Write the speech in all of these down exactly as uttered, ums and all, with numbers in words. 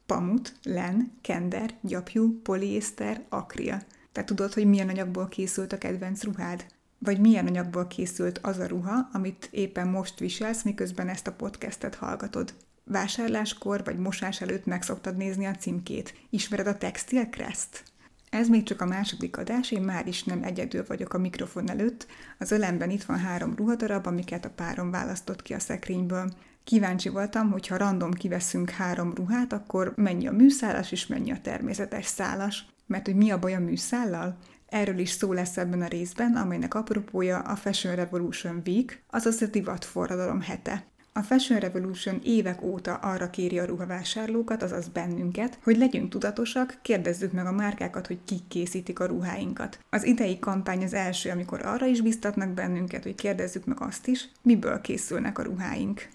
pamut, len, kender, gyapjú, poliészter, akril. Te tudod, hogy milyen anyagból készült a kedvenc ruhád? Vagy milyen anyagból készült az a ruha, amit éppen most viselsz, miközben ezt a podcastet hallgatod? Vásárláskor vagy mosás előtt meg szoktad nézni a címkét. Ismered a Textile Crest? Ez még csak a második adás, én már is nem egyedül vagyok a mikrofon előtt. Az ölemben itt van három ruhadarab, amiket a párom választott ki a szekrényből. Kíváncsi voltam, hogy ha random kiveszünk három ruhát, akkor mennyi a műszálas és mennyi a természetes szálas. Mert hogy mi a baj a műszállal? Erről is szó lesz ebben a részben, amelynek apropója a Fashion Revolution Week, azaz a divatforradalom hete. A Fashion Revolution évek óta arra kéri a ruhavásárlókat, azaz bennünket, hogy legyünk tudatosak, kérdezzük meg a márkákat, hogy kik készítik a ruháinkat. Az idei kampány az első, amikor arra is biztatnak bennünket, hogy kérdezzük meg azt is, miből készülnek a ruháink.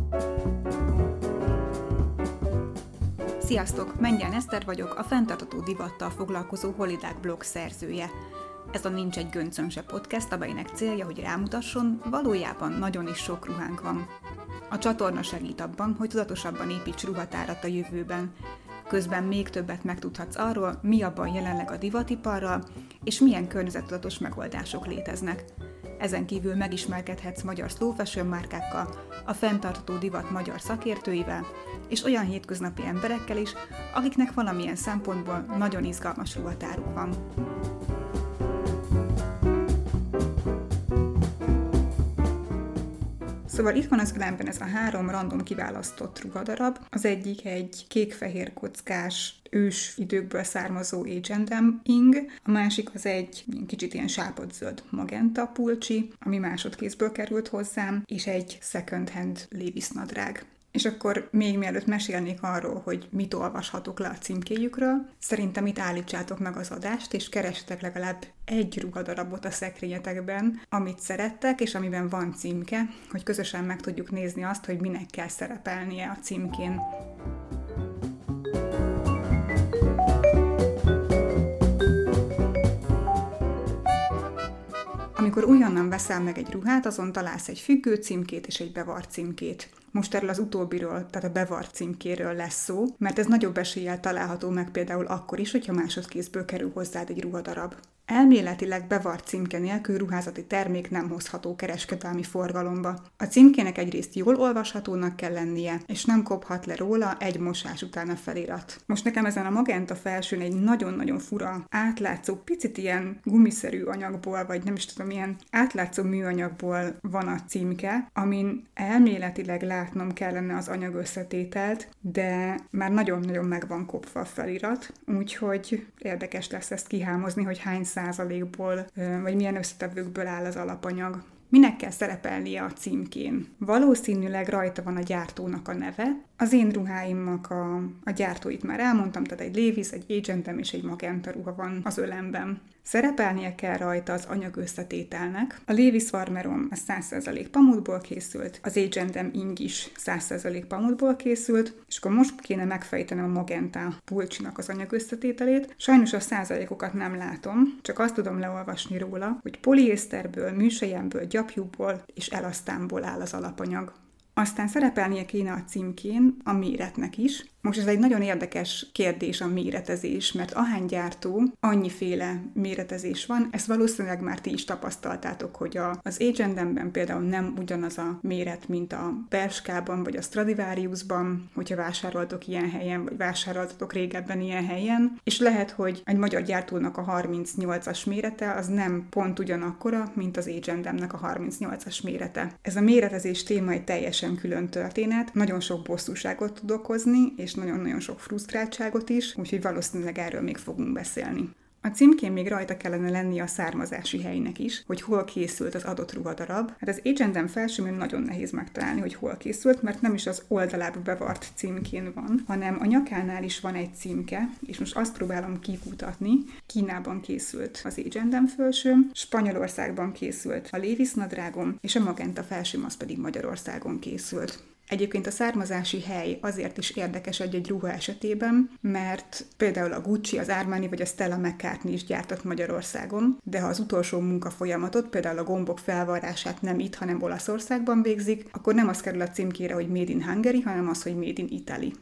Sziasztok! Mengyel Eszter vagyok, a fenntartható divattal foglalkozó Holidák blog szerzője. Ez a Nincs egy göncön se podcast, amelynek célja, hogy rámutasson, valójában nagyon is sok ruhánk van. A csatorna segít abban, hogy tudatosabban építs ruhatárat a jövőben. Közben még többet megtudhatsz arról, mi a baj jelenleg a divatiparral, és milyen környezettudatos megoldások léteznek. Ezen kívül megismerkedhetsz magyar slow fashion márkákkal, a fenntartható divat magyar szakértőivel, és olyan hétköznapi emberekkel is, akiknek valamilyen szempontból nagyon izgalmas ruhatáruk van. Szóval itt van az ölemben ez a három random kiválasztott ruhadarab. Az egyik egy kék-fehér kockás, ős időkből származó H and M ing, a másik az egy kicsit ilyen sápodzöld magenta pulcsi, ami másodkézből került hozzám, és egy second hand Levi's nadrág. És akkor még mielőtt mesélnék arról, hogy mit olvashatok le a címkéjükről, szerintem itt állítsátok meg az adást, és keressetek legalább egy ruhadarabot a szekrényetekben, amit szerettek, és amiben van címke, hogy közösen meg tudjuk nézni azt, hogy minek kell szerepelnie a címkén. Amikor újonnan veszel meg egy ruhát, azon találsz egy függő címkét és egy bevart címkét. Most erről az utóbbiról, tehát a bevart címkéről lesz szó, mert ez nagyobb eséllyel található meg például akkor is, hogyha másodkézből kerül hozzád egy ruhadarab. Elméletileg bevart címke nélkül ruházati termék nem hozható kereskedelmi forgalomba. A címkének egyrészt jól olvashatónak kell lennie, és nem kophat le róla egy mosás után a felirat. Most nekem ezen a magenta felsőn egy nagyon-nagyon fura, átlátszó, picit ilyen gumiszerű anyagból, vagy nem is tudom, ilyen átlátszó műanyagból van a címke, amin elméletileg látnom kellene az anyagösszetételt, de már nagyon-nagyon meg van kopva a felirat, úgyhogy érdekes lesz ezt kihámozni, hogy hány százalékból, vagy milyen összetevőkből áll az alapanyag. Minek kell szerepelnie a címkén? Valószínűleg rajta van a gyártónak a neve. Az én ruháimnak a, a gyártóit már elmondtam, tehát egy Levi's, egy H and M és egy magenta ruha van az ölemben. Szerepelnie kell rajta az anyagösszetételnek. A Levi's Warmerom a száz százalék pamutból készült, az H and M ing is száz százalék pamutból készült, és akkor most kéne megfejtenem a magenta pulcsinak az anyagösszetételét. Sajnos a százalékokat nem látom, csak azt tudom leolvasni róla, hogy poliészterből, műselyemből, gyapjúból és elasztánból áll az alapanyag. Aztán szerepelnie kéne a címkén a méretnek is. Most ez egy nagyon érdekes kérdés a méretezés, mert ahány gyártó, annyiféle méretezés van. Ezt valószínűleg már ti is tapasztaltátok, hogy a, az H and M-ben például nem ugyanaz a méret, mint a Bershkában vagy a Stradivariusban, hogyha vásároltok ilyen helyen, vagy vásároltatok régebben ilyen helyen. És lehet, hogy egy magyar gyártónak a harmincnyolcas mérete az nem pont ugyanakkora, mint az H and M-nek a harmincnyolcas mérete. Ez a méretezés téma egy teljesen külön történet, nagyon sok bosszúságot tud okozni, és nagyon-nagyon sok frusztráltságot is, úgyhogy valószínűleg erről még fogunk beszélni. A címkén még rajta kellene lenni a származási helynek is, hogy hol készült az adott ruhadarab. Hát az H and M felsőmön nagyon nehéz megtalálni, hogy hol készült, mert nem is az oldalába bevart címkén van, hanem a nyakánál is van egy címke, és most azt próbálom kifutatni. Kínában készült az H and M felsőm, Spanyolországban készült a Levi's nadrágom, és a magenta felsőm az pedig Magyarországon készült. Egyébként a származási hely azért is érdekes egy-egy ruha esetében, mert például a Gucci, az Armani vagy a Stella McCartney is gyártott Magyarországon, de ha az utolsó munkafolyamatot, például a gombok felvarrását nem itt, hanem Olaszországban végzik, akkor nem az kerül a címkére, hogy Made in Hungary, hanem az, hogy Made in Italy.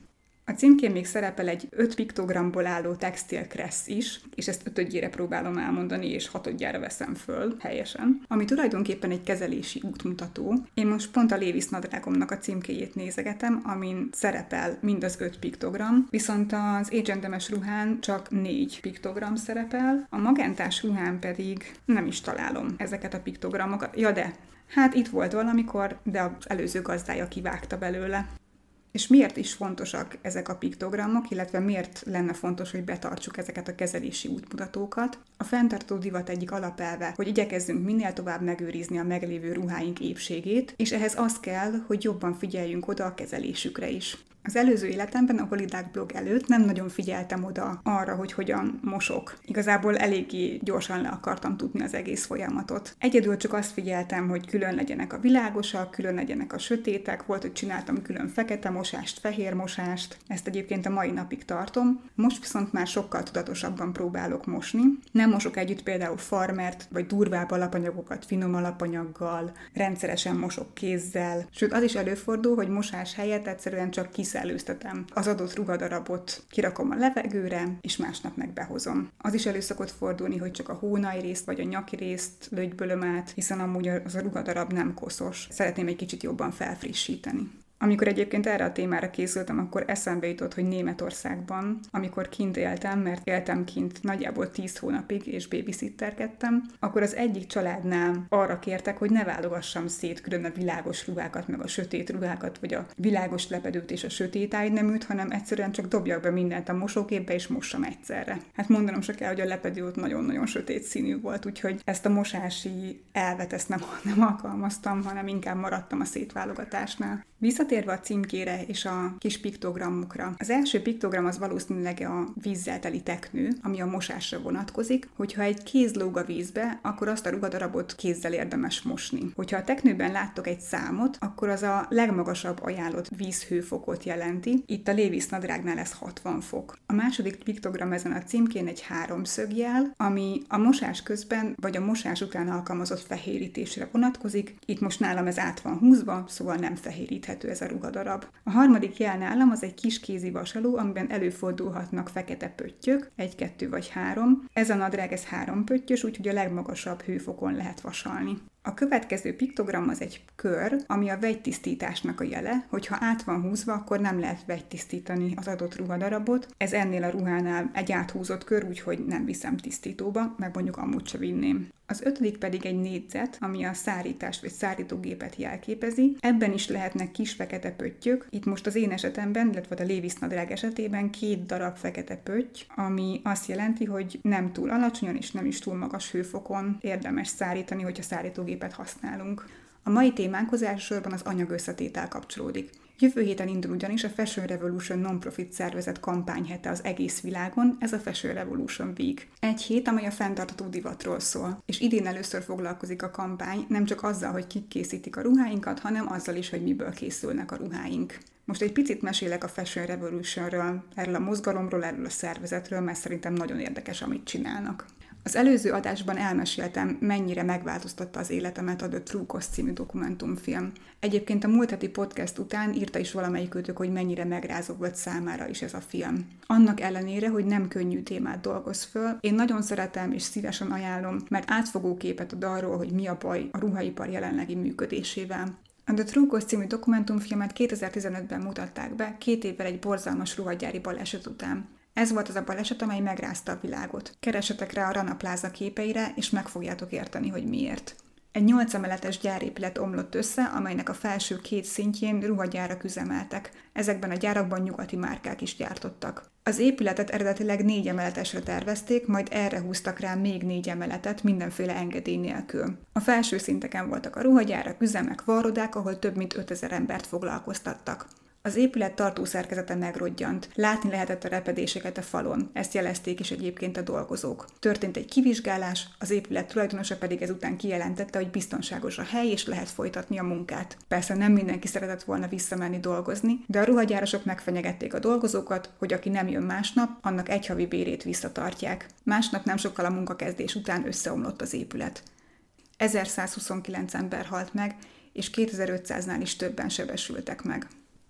A címkén még szerepel egy öt piktogramból álló textilkressz is, és ezt ötödjére próbálom elmondani, és hatodjára veszem föl helyesen, ami tulajdonképpen egy kezelési útmutató. Én most pont a Levi's nadrágomnak a címkéjét nézegetem, amin szerepel mind az öt piktogram, viszont az H and M-es ruhán csak négy piktogram szerepel, a magentás ruhán pedig nem is találom ezeket a piktogramokat. Ja de, hát itt volt valamikor, de az előző gazdája kivágta belőle. És miért is fontosak ezek a piktogramok, illetve miért lenne fontos, hogy betartsuk ezeket a kezelési útmutatókat? A fenntartó divat egyik alapelve, hogy igyekezzünk minél tovább megőrizni a meglévő ruháink épségét, és ehhez az kell, hogy jobban figyeljünk oda a kezelésükre is. Az előző életemben, a Holidák blog előtt nem nagyon figyeltem oda arra, hogy hogyan mosok. Igazából eléggé gyorsan le akartam tudni az egész folyamatot. Egyedül csak azt figyeltem, hogy külön legyenek a világosak, külön legyenek a sötétek, volt, hogy csináltam külön fekete mosást, fehér mosást, ezt egyébként a mai napig tartom. Most viszont már sokkal tudatosabban próbálok mosni. Nem mosok együtt például farmert, vagy durvább alapanyagokat finom alapanyaggal, rendszeresen mosok kézzel, sőt az is előfordul, hogy mosás helyett egyszerűen csak kisz előztetem. Az adott ruhadarabot kirakom a levegőre, és másnap meg behozom. Az is elő szokott fordulni, hogy csak a hónai részt vagy a nyaki részt lögybölöm át, hiszen amúgy az a ruhadarab nem koszos. Szeretném egy kicsit jobban felfrissíteni. Amikor egyébként erre a témára készültem, akkor eszembe jutott, hogy Németországban, amikor kint éltem, mert éltem kint nagyjából tíz hónapig, és babysitterkedtem, akkor az egyik családnál arra kértek, hogy ne válogassam szét külön a világos ruhákat, meg a sötét ruhákat, vagy a világos lepedőt és a sötét ágyneműt, hanem egyszerűen csak dobjak be mindent a mosógépbe, és mossam egyszerre. Hát mondanom se kell, hogy a lepedő ott nagyon-nagyon sötét színű volt, úgyhogy ezt a mosási elvet ezt nem, nem alkalmaztam, hanem inkább maradtam a szétválogatásnál. Visszatérve a címkére és a kis piktogramokra. Az első piktogram az valószínűleg a vízzel teli teknő, ami a mosásra vonatkozik. Hogyha egy kéz lóg a vízbe, akkor azt a ruhadarabot kézzel érdemes mosni. Hogyha a teknőben láttok egy számot, akkor az a legmagasabb ajánlott vízhőfokot jelenti. Itt a Levi's nadrágnál ez hatvan fok. A második piktogram ezen a címkén egy háromszögjel, ami a mosás közben vagy a mosás után alkalmazott fehérítésre vonatkozik. Itt most nálam ez át van húzva, szóval nem fehérít ez a ruhadarab. A harmadik jel nálam az egy kis kézi vasaló, amiben előfordulhatnak fekete pöttyök, egy, kettő vagy három. Ez a nadrág ez három pöttyös, úgyhogy a legmagasabb hőfokon lehet vasalni. A következő piktogram az egy kör, ami a vegytisztításnak a jele, hogyha át van húzva, akkor nem lehet vegytisztítani az adott ruhadarabot. Ez ennél a ruhánál egy áthúzott kör, úgyhogy nem viszem tisztítóba, meg mondjuk amúgy se vinném. Az ötödik pedig egy négyzet, ami a szárítást vagy szárítógépet jelképezi. Ebben is lehetnek kis fekete pöttyök. Itt most az én esetemben, illetve a Levi's nadrág esetében két darab fekete pötty, ami azt jelenti, hogy nem túl alacsonyan és nem is túl magas hőfokon érdemes szárítani, hogyha szárítógépet használunk. A mai témánkhoz elsősorban az anyagösszetétel kapcsolódik. Jövő héten indul ugyanis a Fashion Revolution non-profit szervezet kampányhete az egész világon, ez a Fashion Revolution Week. Egy hét, amely a fenntartható divatról szól, és idén először foglalkozik a kampány nem csak azzal, hogy kik készítik a ruháinkat, hanem azzal is, hogy miből készülnek a ruháink. Most egy picit mesélek a Fashion Revolutionről, erről a mozgalomról, erről a szervezetről, mert szerintem nagyon érdekes, amit csinálnak. Az előző adásban elmeséltem, mennyire megváltoztatta az életemet a The True Cost című dokumentumfilm. Egyébként a múlt heti podcast után írta is valamelyikőtök, hogy mennyire megrázó volt számára is ez a film. Annak ellenére, hogy nem könnyű témát dolgoz föl, én nagyon szeretem és szívesen ajánlom, mert átfogó képet ad arról, hogy mi a baj a ruhaipar jelenlegi működésével. A The True Cost című dokumentumfilmet kétezer-tizenötben mutatták be, két évvel egy borzalmas ruhagyári baleset után. Ez volt az a baleset, amely megrázta a világot. Keresetek rá a Rana Plaza képeire, és meg fogjátok érteni, hogy miért. Egy nyolc emeletes gyárépület omlott össze, amelynek a felső két szintjén ruhagyárak üzemeltek. Ezekben a gyárakban nyugati márkák is gyártottak. Az épületet eredetileg négy emeletesre tervezték, majd erre húztak rá még négy emeletet mindenféle engedély nélkül. A felső szinteken voltak a ruhagyárak, üzemek, varrodák, ahol több mint ötezer embert foglalkoztattak. Az épület tartószerkezete megrodjant. Látni lehetett a repedéseket a falon. Ezt jelezték is egyébként a dolgozók. Történt egy kivizsgálás, az épület tulajdonosa pedig ezután kijelentette, hogy biztonságos a hely és lehet folytatni a munkát. Persze nem mindenki szeretett volna visszamenni dolgozni, de a ruhagyárosok megfenyegették a dolgozókat, hogy aki nem jön másnap, annak egy havi bérét visszatartják. Másnap nem sokkal a munkakezdés után összeomlott az épület. ezerszázhuszonkilenc ember halt meg, és kétezer-ötszáznál is többen sebesültek meg.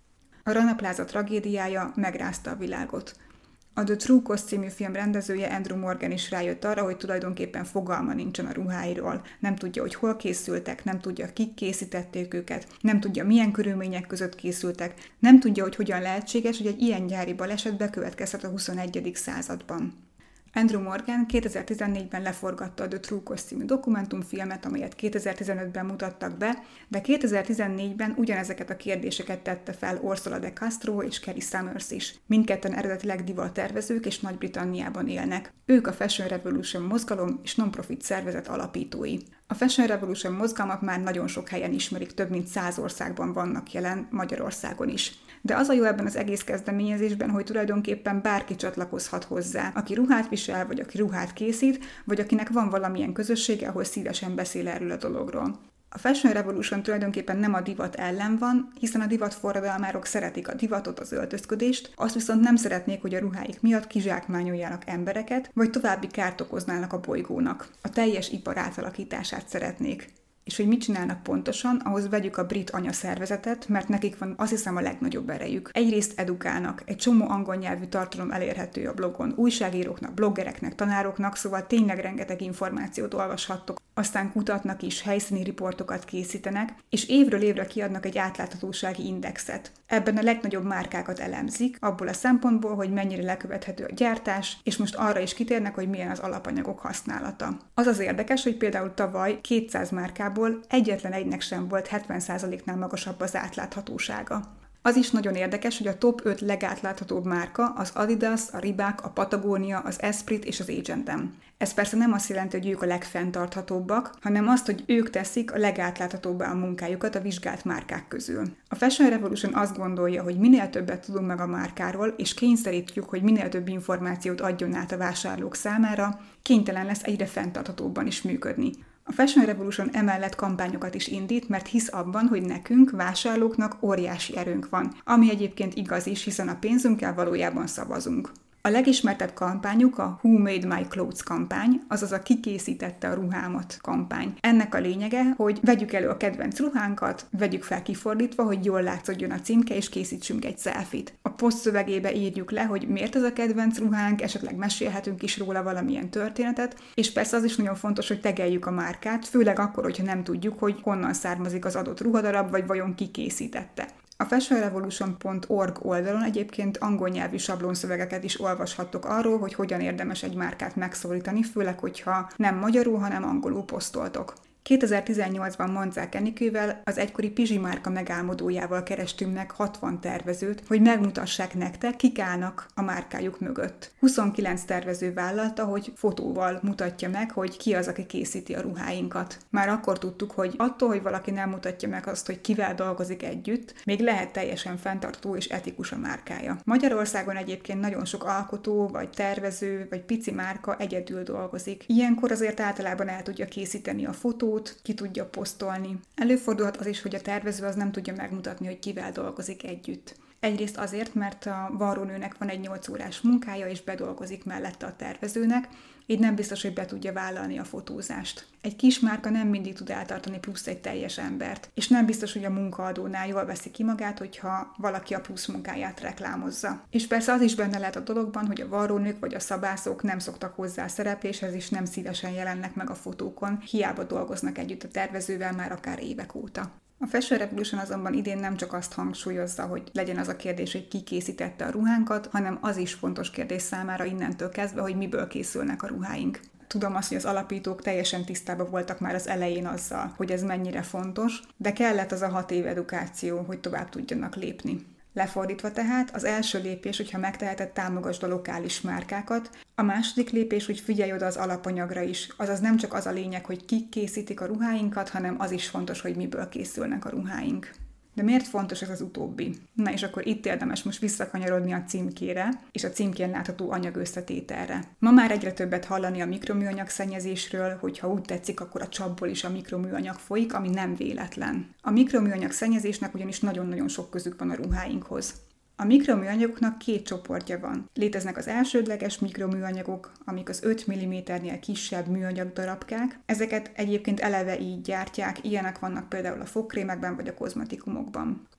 A Rana Plaza tragédiája megrázta a világot. A The True Cost című film rendezője Andrew Morgan is rájött arra, hogy tulajdonképpen fogalma nincsen a ruháiról. Nem tudja, hogy hol készültek, nem tudja, kik készítették őket, nem tudja, milyen körülmények között készültek, nem tudja, hogy hogyan lehetséges, hogy egy ilyen gyári baleset bekövetkezhet a huszonegyedik században. Andrew Morgan kétezer-tizennégyben leforgatta a The True Cost című dokumentumfilmet, amelyet kétezer-tizenötben mutattak be, de kétezer-tizennégyben ugyanezeket a kérdéseket tette fel Ursula de Castro és Carrie Summers is. Mindketten eredetileg divattervezők és Nagy-Britanniában élnek. Ők a Fashion Revolution mozgalom és non-profit szervezet alapítói. A Fashion Revolution mozgalmat már nagyon sok helyen ismerik, több mint száz országban vannak jelen, Magyarországon is. De az a jó ebben az egész kezdeményezésben, hogy tulajdonképpen bárki csatlakozhat hozzá, aki ruhát visel, vagy aki ruhát készít, vagy akinek van valamilyen közössége, ahol szívesen beszél erről a dologról. A Fashion Revolution tulajdonképpen nem a divat ellen van, hiszen a divat forradalmárok szeretik a divatot, az öltözködést, azt viszont nem szeretnék, hogy a ruháik miatt kizsákmányoljanak embereket, vagy további kárt okoznának a bolygónak. A teljes ipar átalakítását szeretnék. És hogy mit csinálnak pontosan, ahhoz vegyük a brit anyaszervezetet, mert nekik van azt hiszem a legnagyobb erejük. Egyrészt edukálnak, egy csomó angol nyelvű tartalom elérhető a blogon, újságíróknak, bloggereknek, tanároknak, szóval tényleg rengeteg információt olvashattok, aztán kutatnak is, helyszíni riportokat készítenek, és évről évre kiadnak egy átláthatósági indexet. Ebben a legnagyobb márkákat elemzik, abból a szempontból, hogy mennyire lekövethető a gyártás, és most arra is kitérnek, hogy milyen az alapanyagok használata. Az az érdekes, hogy például tavaly kétszáz márkából egyetlen egynek sem volt hetven százaléknál magasabb az átláthatósága. Az is nagyon érdekes, hogy a top öt legátláthatóbb márka az Adidas, a Reebok, a Patagonia, az Esprit és az H and M. Ez persze nem azt jelenti, hogy ők a legfenntarthatóbbak, hanem azt, hogy ők teszik a legátláthatóbbá a munkájukat a vizsgált márkák közül. A Fashion Revolution azt gondolja, hogy minél többet tudunk meg a márkáról, és kényszerítjük, hogy minél több információt adjon át a vásárlók számára, kénytelen lesz egyre fenntarthatóbban is működni. A Fashion Revolution emellett kampányokat is indít, mert hisz abban, hogy nekünk, vásárlóknak óriási erőnk van, ami egyébként igaz is, hiszen a pénzünkkel valójában szavazunk. A legismertebb kampányuk a Who Made My Clothes kampány, azaz a Ki készítette a ruhámat kampány. Ennek a lényege, hogy vegyük elő a kedvenc ruhánkat, vegyük fel kifordítva, hogy jól látszódjon a címke, és készítsünk egy selfit. A poszt szövegébe írjuk le, hogy miért ez a kedvenc ruhánk, esetleg mesélhetünk is róla valamilyen történetet, és persze az is nagyon fontos, hogy tegeljük a márkát, főleg akkor, hogyha nem tudjuk, hogy honnan származik az adott ruhadarab, vagy vajon ki készítette. A fashion revolution pont org oldalon egyébként angol nyelvű sablonszövegeket is olvashattok arról, hogy hogyan érdemes egy márkát megszólítani, főleg, hogyha nem magyarul, hanem angolul posztoltok. kétezer-tizennyolcban Monzák Enikővel, az egykori Pizsi márka megálmodójával kerestünk meg hatvan tervezőt, hogy megmutassák nektek, kik állnak a márkájuk mögött. huszonkilenc tervező vállalta, hogy fotóval mutatja meg, hogy ki az, aki készíti a ruháinkat. Már akkor tudtuk, hogy attól, hogy valaki nem mutatja meg azt, hogy kivel dolgozik együtt, még lehet teljesen fenntartó és etikus a márkája. Magyarországon egyébként nagyon sok alkotó, vagy tervező, vagy pici márka egyedül dolgozik. Ilyenkor azért általában el tudja készíteni a fotót, ki tudja posztolni. Előfordulhat az is, hogy a tervező az nem tudja megmutatni, hogy kivel dolgozik együtt. Egyrészt azért, mert a varrónőnek van egy nyolc órás munkája, és bedolgozik mellette a tervezőnek, így nem biztos, hogy be tudja vállalni a fotózást. Egy kis márka nem mindig tud eltartani plusz egy teljes embert, és nem biztos, hogy a munkaadónál jól veszi ki magát, hogyha valaki a plusz munkáját reklámozza. És persze az is benne lehet a dologban, hogy a varrónők vagy a szabászok nem szoktak hozzá a szerepléshez, és nem szívesen jelennek meg a fotókon, hiába dolgoznak együtt a tervezővel már akár évek óta. A Fashion Revolution azonban idén nem csak azt hangsúlyozza, hogy legyen az a kérdés, hogy ki készítette a ruhánkat, hanem az is fontos kérdés számára innentől kezdve, hogy miből készülnek a ruháink. Tudom azt, hogy az alapítók teljesen tisztában voltak már az elején azzal, hogy ez mennyire fontos, de kellett az a hat év edukáció, hogy tovább tudjanak lépni. Lefordítva tehát, az első lépés, hogyha megteheted, támogasd a lokális márkákat, a második lépés, hogy figyelj oda az alapanyagra is, azaz nem csak az a lényeg, hogy kik készítik a ruháinkat, hanem az is fontos, hogy miből készülnek a ruháink. De miért fontos ez az utóbbi? Na és akkor itt érdemes most visszakanyarodni a címkére, és a címkén látható anyagösszetételre. Ma már egyre többet hallani a mikroműanyag szennyezésről, hogyha úgy tetszik, akkor a csapból is a mikroműanyag folyik, ami nem véletlen. A mikroműanyag szennyezésnek ugyanis nagyon-nagyon sok közük van a ruháinkhoz. A mikroműanyagoknak két csoportja van. Léteznek az elsődleges mikroműanyagok, amik az öt milliméternél kisebb műanyag darabkák. Ezeket egyébként eleve így gyártják, ilyenek vannak például a fogkrémekben vagy a kozmetikumokban.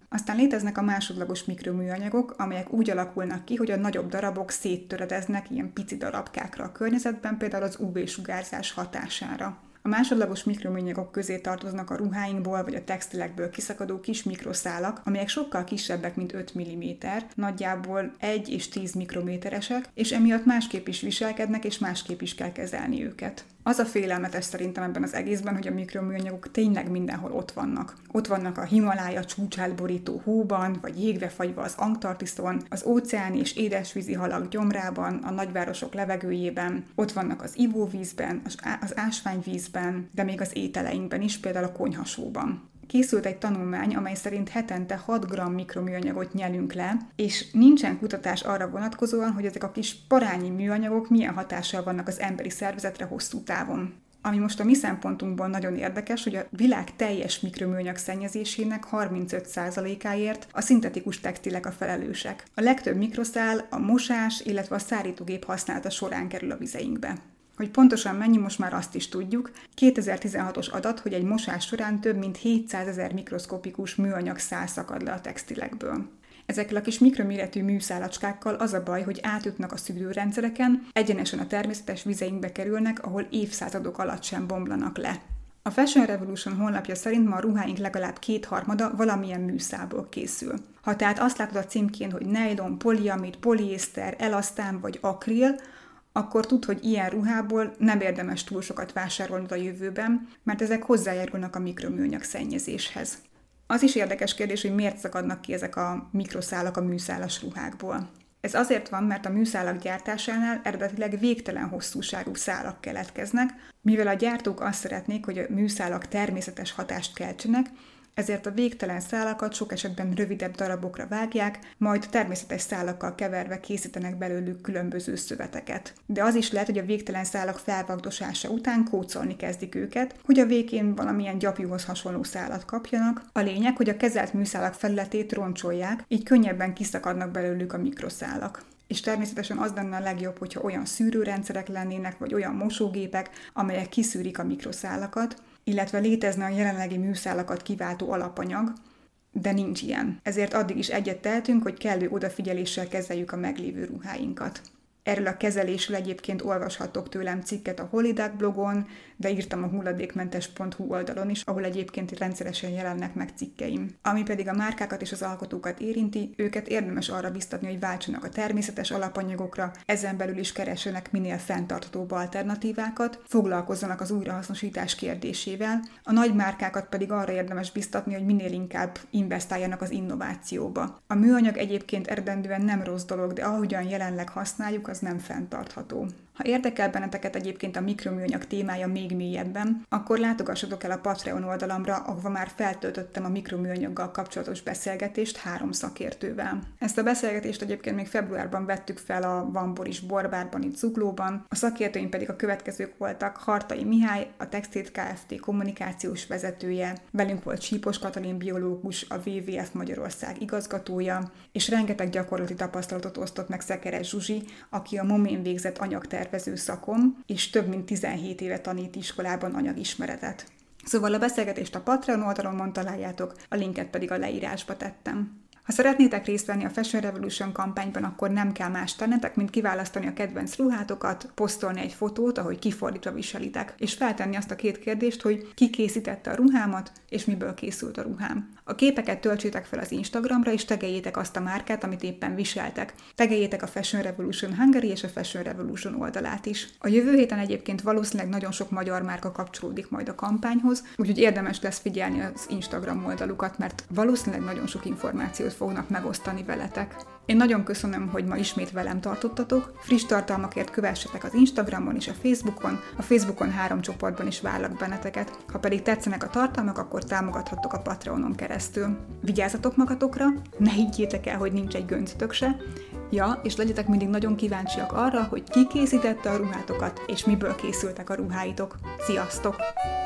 Aztán léteznek a másodlagos mikroműanyagok, amelyek úgy alakulnak ki, hogy a nagyobb darabok széttöredeznek ilyen pici darabkákra a környezetben, például az ú vé-sugárzás hatására. A másodlagos mikroműanyagok közé tartoznak a ruháinkból vagy a textilekből kiszakadó kis mikroszálak, amelyek sokkal kisebbek, mint öt milliméter, nagyjából egy és tíz mikrométeresek, és emiatt másképp is viselkednek, és másképp is kell kezelni őket. Az a félelmetes szerintem ebben az egészben, hogy a mikroműanyagok tényleg mindenhol ott vannak. Ott vannak a Himalája csúcsát borító hóban, vagy jégbe fagyva az Antarktiszon, az óceáni és édesvízi halak gyomrában, a nagyvárosok levegőjében, ott vannak az ivóvízben, az ásványvízben, de még az ételeinkben is, például a konyhasóban. Készült egy tanulmány, amely szerint hetente hat gramm mikroműanyagot nyelünk le, és nincsen kutatás arra vonatkozóan, hogy ezek a kis parányi műanyagok milyen hatással vannak az emberi szervezetre hosszú távon. Ami most a mi szempontunkból nagyon érdekes, hogy a világ teljes mikroműanyag szennyezésének harmincöt százalékáért a szintetikus textilek a felelősek. A legtöbb mikroszál a mosás, illetve a szárítógép használata során kerül a vizeinkbe. Hogy pontosan mennyi, most már azt is tudjuk. kétezer-tizenhatos adat, hogy egy mosás során több mint hétszázezer mikroszkopikus műanyag szál szakad le a textilekből. Ezekkel a kis mikroméretű műszálacskákkal az a baj, hogy átjutnak a szűrőrendszereken, egyenesen a természetes vizeinkbe kerülnek, ahol évszázadok alatt sem bomlanak le. A Fashion Revolution honlapja szerint ma a ruháink legalább kétharmada valamilyen műszálból készül. Ha tehát azt látod a címkén, hogy nylon, poliamid, poliészter, elasztán vagy akril, akkor tudd, hogy ilyen ruhából nem érdemes túl sokat vásárolnod a jövőben, mert ezek hozzájárulnak a mikroműanyag szennyezéshez. Az is érdekes kérdés, hogy miért szakadnak ki ezek a mikroszálak a műszálas ruhákból. Ez azért van, mert a műszálak gyártásánál eredetileg végtelen hosszúságú szálak keletkeznek, mivel a gyártók azt szeretnék, hogy a műszálak természetes hatást keltsenek, ezért a végtelen szálakat sok esetben rövidebb darabokra vágják, majd természetes szálakkal keverve készítenek belőlük különböző szöveteket. De az is lehet, hogy a végtelen szálak felvagdosása után kócolni kezdik őket, hogy a végén valamilyen gyapjúhoz hasonló szálat kapjanak. A lényeg, hogy a kezelt műszálak felületét roncsolják, így könnyebben kiszakadnak belőlük a mikroszálak. És természetesen az lenne a legjobb, hogyha olyan szűrőrendszerek lennének, vagy olyan mosógépek, amelyek kiszűrik a mikroszálakat, illetve létezne a jelenlegi műszálakat kiváltó alapanyag, de nincs ilyen. Ezért addig is egyet tehetünk, hogy kellő odafigyeléssel kezeljük a meglévő ruháinkat. Erről a kezelésről egyébként olvashattok tőlem cikket a Holidag blogon, de írtam a hulladékmentes pont hu oldalon is, ahol egyébként rendszeresen jelennek meg cikkeim. Ami pedig a márkákat és az alkotókat érinti, őket érdemes arra biztatni, hogy váltsanak a természetes alapanyagokra, ezen belül is keressenek minél fenntarthatóbb alternatívákat, foglalkozzanak az újrahasznosítás kérdésével, a nagy márkákat pedig arra érdemes biztatni, hogy minél inkább investáljanak az innovációba. A műanyag egyébként eredendően nem rossz dolog, de ahogyan jelenleg használjuk, az nem fenntartható. Ha érdekel benneteket egyébként a mikroműanyag témája még mélyebben, akkor látogassatok el a Patreon oldalamra, ahova már feltöltöttem a mikroműanyaggal kapcsolatos beszélgetést három szakértővel. Ezt a beszélgetést egyébként még februárban vettük fel a Van Boris Borbárban, itt Zuglóban, a szakértőim pedig a következők voltak: Hartai Mihály, a Textilt Kft. Kommunikációs vezetője, velünk volt Csípos Katalin biológus, a dupla vé vé ef Magyarország igazgatója, és rengeteg gyakorlati tapasztalatot osztott meg Szekeres Zsuzsi, aki a Momén végzett anyagtervező szakon, és több mint tizenhét éve tanít iskolában anyagismeretet. Szóval a beszélgetést a Patreon oldalon találjátok, a linket pedig a leírásba tettem. Ha szeretnétek részt venni a Fashion Revolution kampányban, akkor nem kell más tennetek, mint kiválasztani a kedvenc ruhátokat, posztolni egy fotót, ahogy kifordítva viselitek, és feltenni azt a két kérdést, hogy ki készítette a ruhámat, és miből készült a ruhám. A képeket töltsétek fel az Instagramra, és tegeljétek azt a márkát, amit éppen viseltek. Tegeljétek a Fashion Revolution Hungary és a Fashion Revolution oldalát is. A jövő héten egyébként valószínűleg nagyon sok magyar márka kapcsolódik majd a kampányhoz, úgyhogy érdemes lesz figyelni az Instagram oldalukat, mert valószínűleg nagyon sok információt fognak megosztani veletek. Én nagyon köszönöm, hogy ma ismét velem tartottatok. Friss tartalmakért kövessetek az Instagramon és a Facebookon. A Facebookon három csoportban is várlak benneteket. Ha pedig tetszenek a tartalmak, akkor támogathattok a Patreonon keresztül. Vigyázzatok magatokra, ne higgyétek el, hogy nincs egy göncötök se. Ja, és legyetek mindig nagyon kíváncsiak arra, hogy ki készítette a ruhátokat, és miből készültek a ruháitok. Sziasztok!